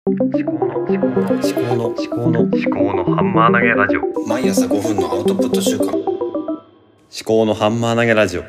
ハンマー投げラジオ。 毎朝5分のアウトプット週間。 思考のハンマー投げラジオ。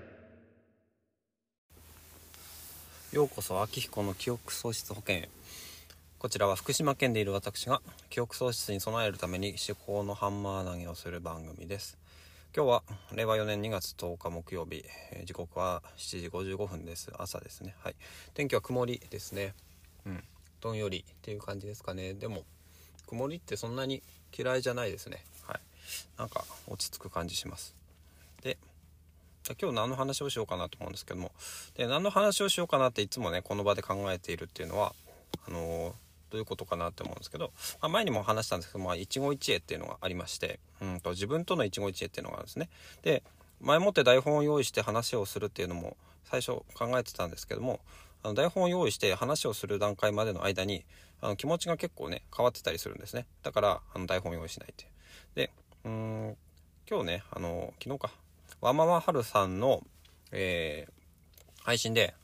ようこそ秋彦の記憶喪失保険へ。こちらは福島県でいる私が記憶喪失に備えるために思考のハンマー投げをする番組です。今日は令和4年2月10日木曜日、時刻は7時55分です。朝ですね。はい。天気は曇りですね。どんよりっていう感じですかね。でも曇りってそんなに嫌いじゃないですね。はい。なんか落ち着く感じします。で、今日何の話をしようかなと思うんですけども、で何の話をしようかなっていつもねこの場で考えているっていうのはどういうことかなって思うんですけど、前にも話したんですけど、一期一会っていうのがありまして、自分との一期一会っていうのがあるんですね。で、前もって台本を用意して話をするっていうのも最初考えてたんですけども、台本を用意して話をする段階までの間に気持ちが結構ね変わってたりするんですね。だから台本を用意しないっていう。で、今日ね昨日かワーママハルさんの、配信で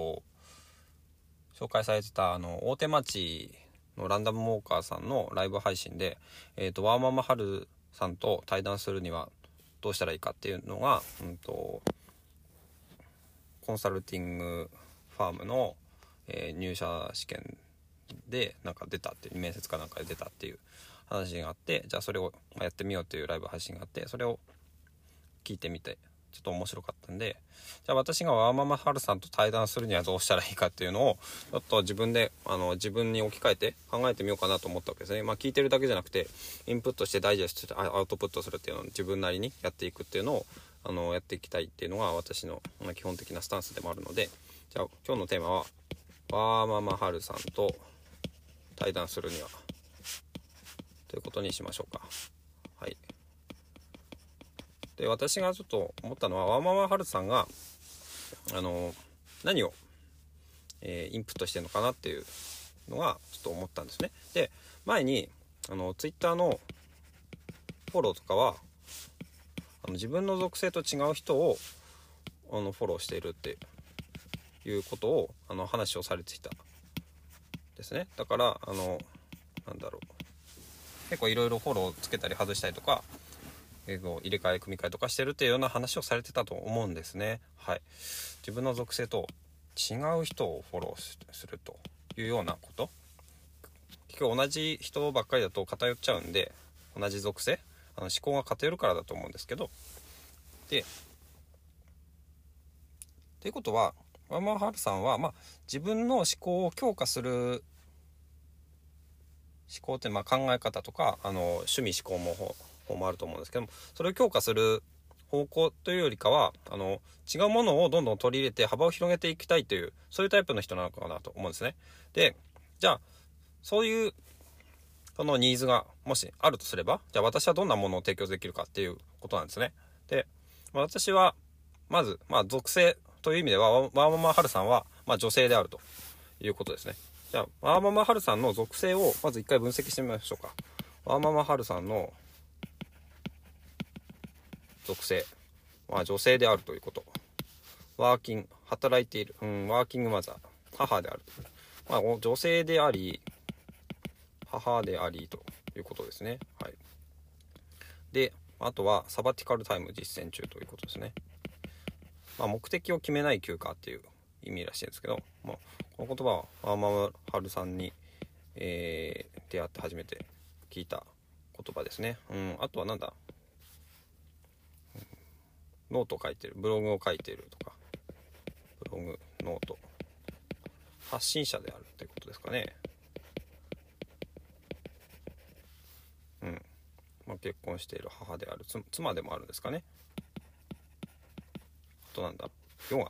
紹介されてた大手町のランダムウォーカーさんのライブ配信で、ワーママハルさんと対談するにはどうしたらいいかっていうのが、コンサルティングファームの、入社試験でなんか出たっていう面接かなんかで出たっていう話があって、じゃあそれをやってみようというライブ配信があって、それを聞いてみてちょっと面白かったんで、じゃあ私がワーママハルさんと対談するにはどうしたらいいかっていうのをちょっと自分で自分に置き換えて考えてみようかなと思ったわけですね。聞いてるだけじゃなくてインプットしてダイジェストしてアウトプットするっていうのを自分なりにやっていくっていうのをやっていきたいっていうのが私の基本的なスタンスでもあるので、じゃあ今日のテーマはワーママハルさんと対談するにはということにしましょうか。はい。で、私がちょっと思ったのはワーママハルさんが何を、インプットしてるのかなっていうのがちょっと思ったんですね。で、前にツイッターのフォローとかは自分の属性と違う人をフォローしているっていうことを話をされていたですね。だからなんだろう、結構いろいろフォローつけたり外したりとか入れ替え組み替えとかしてるっていうような話をされてたと思うんですね。はい。自分の属性と違う人をフォローするというようなこと、結局同じ人ばっかりだと偏っちゃうんで、同じ属性思考が偏るからだと思うんですけど、でということはワーママハルさんは、自分の思考を強化する思考って考え方とか趣味思考もあると思うんですけども、それを強化する方向というよりかは違うものをどんどん取り入れて幅を広げていきたいという、そういうタイプの人なのかなと思うんですね。で、じゃあそういうそのニーズがもしあるとすれば、じゃあ私はどんなものを提供できるかっていうことなんですね。で、私はまず属性という意味ではワーママハルさんは女性であるということですね。じゃあワーママハルさんの属性をまず一回分析してみましょうか。ワーママハルさんの属性、女性であるということ、働いている、ワーキングマザー、母である、女性であり母でありということですね。はい。で、あとはサバティカルタイム実践中ということですね。目的を決めない休暇っていう意味らしいんですけど、この言葉はワーママハルさんに、出会って初めて聞いた言葉ですね。あとはなんだ、ノートを書いてる、ブログを書いているとか、ブログ、ノート、発信者であるということですかね。結婚している母である、妻でもあるんですかね。あとなんだ、ヨ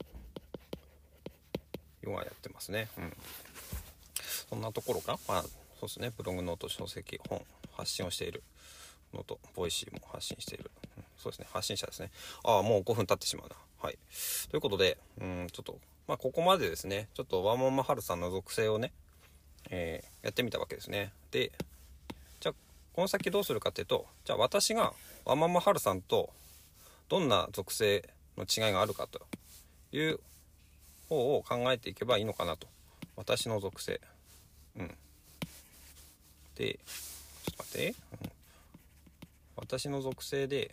ガやってますね。そんなところか。そうですね。ブログ、ノート、書籍、本、発信をしている。ノート、ボイシーも発信している。そうですね。発信者ですね。もう5分経ってしまうな。はい。ということで、ちょっとここまでですね、ちょっとワーママハルさんの属性をね、やってみたわけですね。で、じゃあこの先どうするかっていうと、じゃあ私がワーママハルさんとどんな属性の違いがあるかという方を考えていけばいいのかなと。私の属性、 でちょっと待って、私の属性で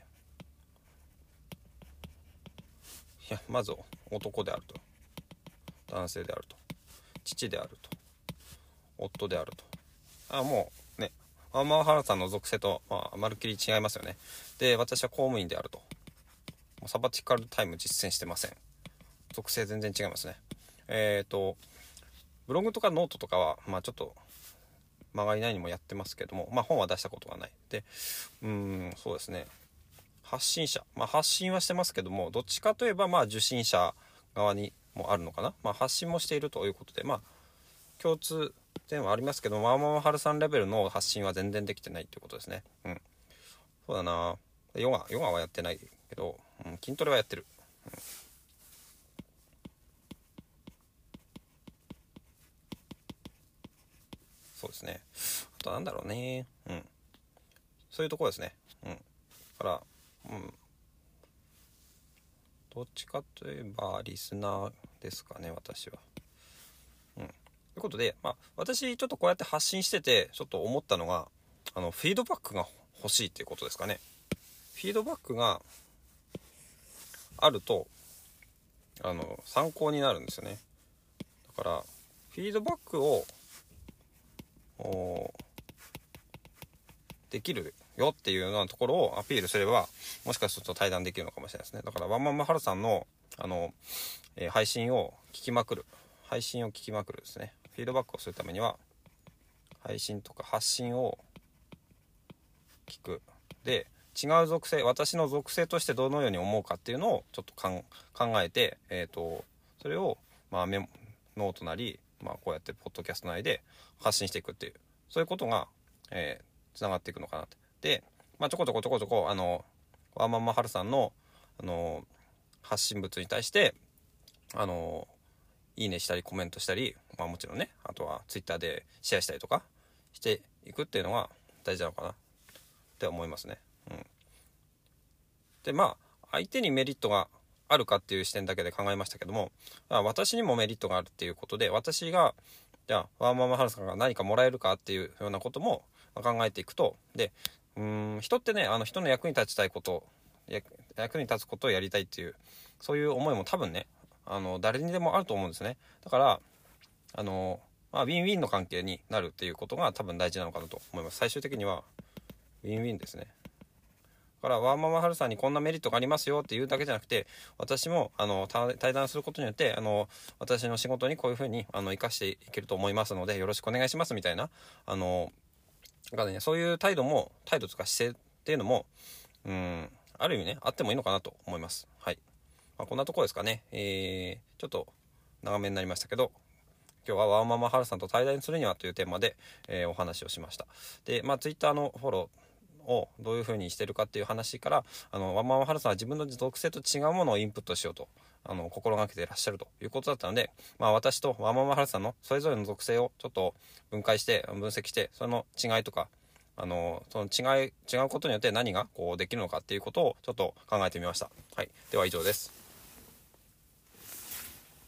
まず男であると、男性であると、父であると、夫であると、もうね、ワンマンハルさんの属性と、まるっきり違いますよね。で、私は公務員であると。サバティカルタイム実践してません。属性全然違いますね。ブログとかノートとかはちょっとまがいないにもやってますけども、本は出したことがないで、そうですね、発信者、発信はしてますけども、どっちかといえば受信者側にもあるのかな。発信もしているということで、共通点はありますけど、ワンマンハルさんレベルの発信は全然できてないということですね。そうだな。ヨガはやってないけど、筋トレはやってる。そうですね。あとなんだろうね。そういうところですね。だから、どっちかといえばリスナーですかね、私は。ということで、私ちょっとこうやって発信しててちょっと思ったのが、フィードバックが欲しいっていうことですかね。フィードバックがあると参考になるんですよね。だからフィードバックをできるよっていうようなところをアピールすれば、もしかすると対談できるのかもしれないですね。だからワンマンハルさんの配信を聞きまくるですね。フィードバックをするためには配信とか発信を聞く。で、違う属性、私の属性としてどのように思うかっていうのをちょっと考えて、それをノートなり、こうやってポッドキャスト内で発信していくっていう、そういうことがつながっていくのかなって。で、ちょこちょこワンマンハルさんの発信物に対していいねしたりコメントしたり、もちろんね、あとはツイッターでシェアしたりとかしていくっていうのが大事なのかなって思いますね。で、相手にメリットがあるかっていう視点だけで考えましたけども、私にもメリットがあるっていうことで、私がじゃあワンマンハルさんが何かもらえるかっていうようなことも考えていくと、で、人ってね、人の役に立ちたいこと、役に立つことをやりたいっていう、そういう思いも多分ね、誰にでもあると思うんですね。だからウィンウィンの関係になるっていうことが多分大事なのかなと思います。最終的にはウィンウィンですね。だからワンマンハルさんにこんなメリットがありますよっていうだけじゃなくて、私も対談することによって私の仕事にこういうふうに生かしていけると思いますのでよろしくお願いしますみたいなそういう態度とか姿勢っていうのもある意味ね、あってもいいのかなと思います。はい。こんなところですかね。ちょっと長めになりましたけど、今日はワンママハルさんと対談するにはというテーマで、お話をしました。で、ツイッターのフォローをどういう風にしてるかっていう話から、ワンママハルさんは自分の属性と違うものをインプットしようと心がけていらっしゃるということだったので、私とワンママハルさんのそれぞれの属性をちょっと分析してその違いとかその違うことによって何がこうできるのかっていうことをちょっと考えてみました。はい。では以上です。